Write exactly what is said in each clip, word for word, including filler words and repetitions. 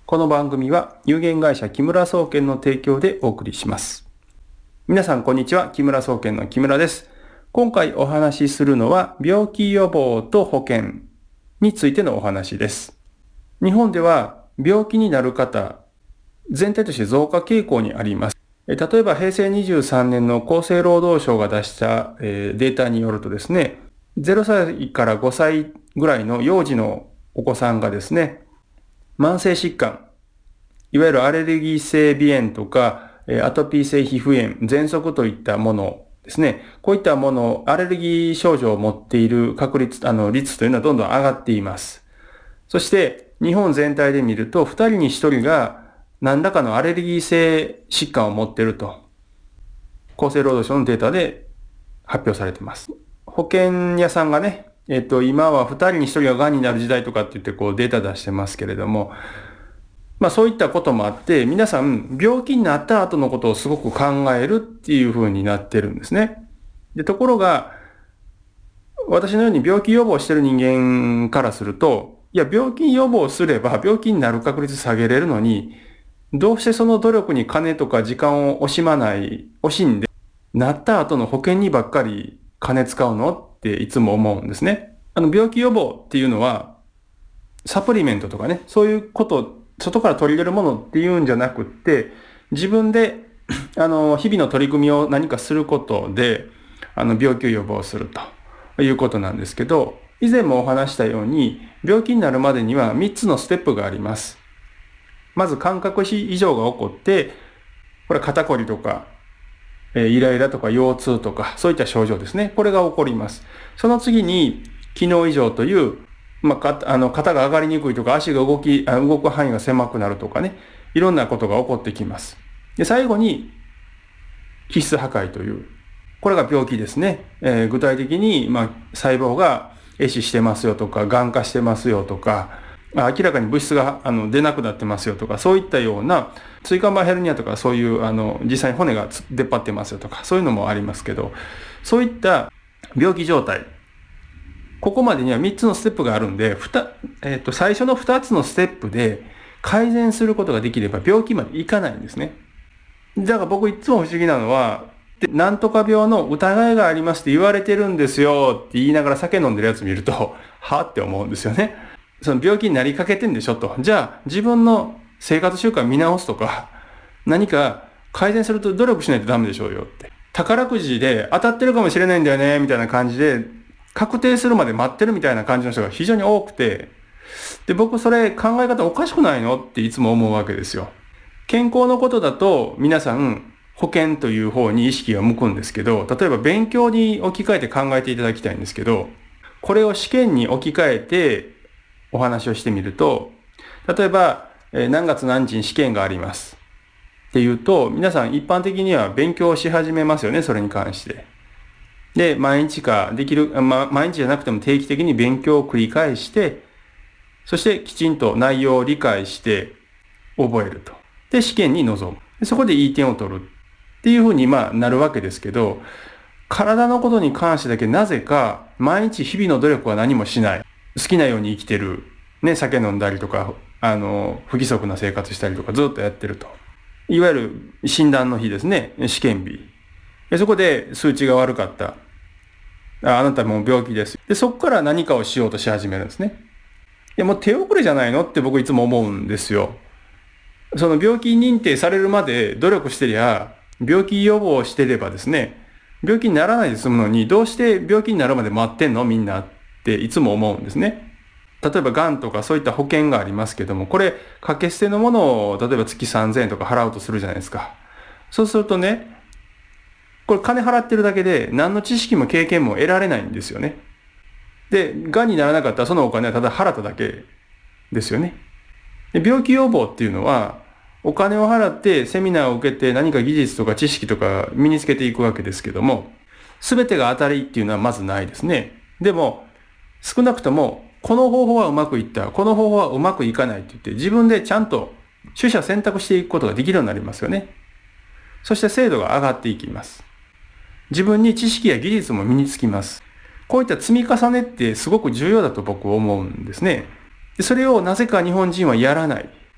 この番組は有限会社木村総研の提供でお送りします。皆さんこんにちは。木村総研の木村です。今回お話しするのは病気予防と保険についてのお話です。日本では病気になる方、全体として増加傾向にあります。例えば平成にじゅうさんねんの厚生労働省が出したデータによるとですね、ゼロさいからごさいぐらいの幼児のお子さんがですね、慢性疾患、いわゆるアレルギー性鼻炎とか、アトピー性皮膚炎、喘息といったものですね。こういったもの、アレルギー症状を持っている確率、あの、率というのはどんどん上がっています。そして、日本全体で見ると、ふたりにひとりが何らかのアレルギー性疾患を持っていると、厚生労働省のデータで発表されています。保険屋さんがね、えっと、今はふたりにひとりが癌になる時代とかって言ってこうデータ出してますけれども、まあそういったこともあって、皆さん病気になった後のことをすごく考えるっていう風になってるんですね。で、ところが、私のように病気予防してる人間からすると、いや、病気予防すれば病気になる確率下げれるのに、どうしてその努力に金とか時間を惜しまない、惜しんで、なった後の保険にばっかり金使うのっていつも思うんですね。あの、病気予防っていうのは、サプリメントとかね、そういうこと、外から取り入れるものっていうんじゃなくって、自分で、あの、日々の取り組みを何かすることで、あの、病気を予防するということなんですけど、以前もお話したように、病気になるまでにはみっつのステップがあります。まず感覚異常が起こって、これ肩こりとか、えー、イライラとか腰痛とか、そういった症状ですね。これが起こります。その次に、機能異常という、まあ、かあの肩が上がりにくいとか、足が動き、あ動く範囲が狭くなるとかね、いろんなことが起こってきます。で、最後に、基質破壊という、これが病気ですね。えー、具体的に、まあ、細胞が壊死してますよとか、癌化してますよとか、明らかに物質があの出なくなってますよとか、そういったような、椎間板ヘルニアとか、そういう、あの、実際に骨が出っ張ってますよとか、そういうのもありますけど、そういった病気状態、ここまでにはみっつのステップがあるんで、ふた、えっと、最初のふたつのステップで改善することができれば病気までいかないんですね。だから僕いつも不思議なのは、なんとか病の疑いがありますって言われてるんですよって言いながら酒飲んでるやつ見ると、はって思うんですよね。その病気になりかけてんでしょと。じゃあ自分の生活習慣見直すとか、何か改善すると努力しないとダメでしょうよって。宝くじで当たってるかもしれないんだよね、みたいな感じで、確定するまで待ってるみたいな感じの人が非常に多くて、で、僕それ考え方おかしくないのっていつも思うわけですよ。健康のことだと皆さん保険という方に意識が向くんですけど、例えば勉強に置き換えて考えていただきたいんですけど、これを試験に置き換えてお話をしてみると、例えば何月何日に試験がありますっていうと、皆さん一般的には勉強をし始めますよね、それに関して。で、毎日かできる、ま、毎日じゃなくても定期的に勉強を繰り返して、そしてきちんと内容を理解して覚えると。で、試験に臨む。そこでいい点を取るっていうふうにまあなるわけですけど、体のことに関してだけなぜか毎日日々の努力は何もしない。好きなように生きてる。ね、酒飲んだりとか、あの、不規則な生活したりとかずっとやってると。いわゆる診断の日ですね、試験日。そこで数値が悪かった。あ、あなたもう病気です。で、そこから何かをしようとし始めるんですね。いや、もう手遅れじゃないのって僕いつも思うんですよ。その病気認定されるまで努力してりゃ、病気予防してればですね、病気にならないで済むのに、どうして病気になるまで待ってんのみんなっていつも思うんですね。例えば癌とかそういった保険がありますけども、これ掛け捨てのものを例えば月さんぜんえんとか払うとするじゃないですか。そうするとね、これ金払ってるだけで何の知識も経験も得られないんですよね。で、癌にならなかったらそのお金はただ払っただけですよね。で、病気予防っていうのは、お金を払ってセミナーを受けて何か技術とか知識とか身につけていくわけですけども、すべてが当たりっていうのはまずないですね。でも、少なくとも、この方法はうまくいった、この方法はうまくいかないって言って、自分でちゃんと取捨選択していくことができるようになりますよね。そして精度が上がっていきます。自分に知識や技術も身につきます。こういった積み重ねってすごく重要だと僕は思うんですね。でそれをなぜか日本人はやらない。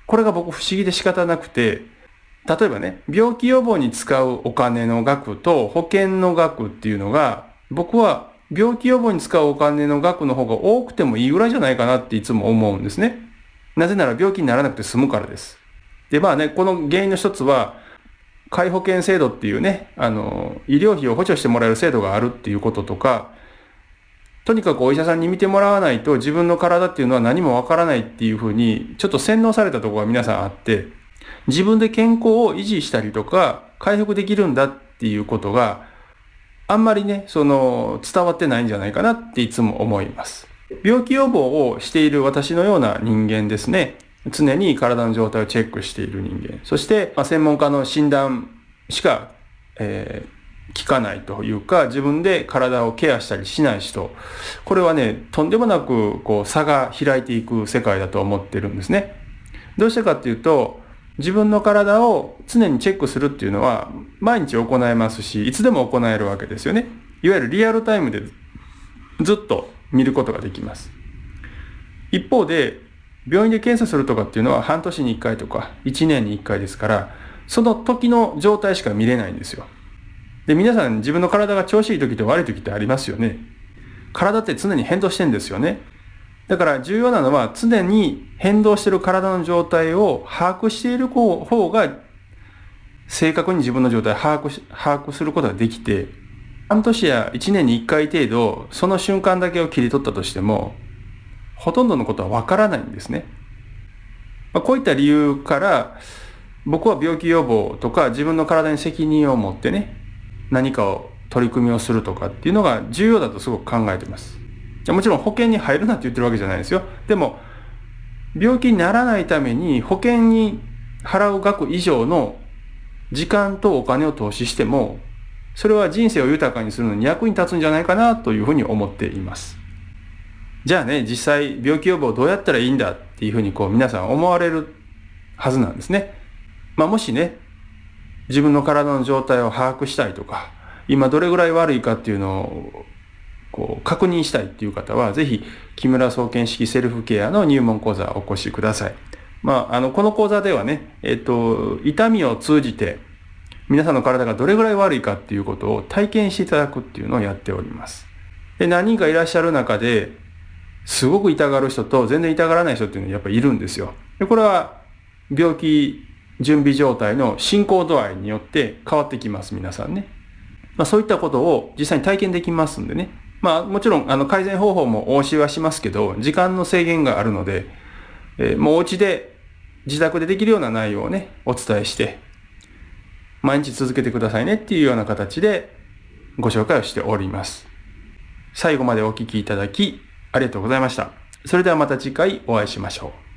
これが僕不思議で仕方なくて、例えばね、病気予防に使うお金の額と保険の額っていうのが、僕は病気予防に使うお金の額の方が多くてもいいぐらいじゃないかなっていつも思うんですね。なぜなら病気にならなくて済むからです。で、まあね、この原因の一つは、皆保険制度っていうね、あの、医療費を補助してもらえる制度があるっていうこととか、とにかくお医者さんに見てもらわないと自分の体っていうのは何もわからないっていうふうに、ちょっと洗脳されたところが皆さんあって、自分で健康を維持したりとか、回復できるんだっていうことが、あんまりね、その、伝わってないんじゃないかなっていつも思います。病気予防をしている私のような人間ですね。常に体の状態をチェックしている人間。そして、まあ、専門家の診断しか、えー、聞かないというか、自分で体をケアしたりしない人。これはね、とんでもなく、こう、差が開いていく世界だと思ってるんですね。どうしてかっていうと、自分の体を常にチェックするっていうのは、毎日行えますし、いつでも行えるわけですよね。いわゆるリアルタイムでずっと見ることができます。一方で、病院で検査するとかっていうのは半年にいっかいとかいちねんにいっかいですから、その時の状態しか見れないんですよ。で、皆さん自分の体が調子いい時と悪い時ってありますよね。体って常に変動してるんですよね。だから重要なのは常に変動している体の状態を把握している方が正確に自分の状態を把握し、把握することができて、半年やいちねんにいっかい程度その瞬間だけを切り取ったとしても、ほとんどのことはわからないんですね。まあ、こういった理由から僕は病気予防とか自分の体に責任を持ってね、何かを取り組みをするとかっていうのが重要だとすごく考えています。もちろん保険に入るなって言ってるわけじゃないですよ。でも病気にならないために保険に払う額以上の時間とお金を投資しても、それは人生を豊かにするのに役に立つんじゃないかなというふうに思っています。じゃあね、実際病気予防どうやったらいいんだっていうふうにこう皆さん思われるはずなんですね。まあもしね、自分の体の状態を把握したいとか、今どれぐらい悪いかっていうのをこう確認したいっていう方は、ぜひ木村総研式セルフケアの入門講座をお越しください。まあ、あの、この講座ではね、えっと、痛みを通じて皆さんの体がどれぐらい悪いかっていうことを体験していただくっていうのをやっております。で、何人かいらっしゃる中で、すごく痛がる人と全然痛がらない人っていうのはやっぱりいるんですよ。で、これは病気準備状態の進行度合いによって変わってきます、皆さんね。まあそういったことを実際に体験できますんでね。まあもちろんあの改善方法もお教えはしますけど、時間の制限があるので、えー、もうお家で自宅でできるような内容をね、お伝えして、毎日続けてくださいねっていうような形でご紹介をしております。最後までお聞きいただきありがとうございました。それではまた次回お会いしましょう。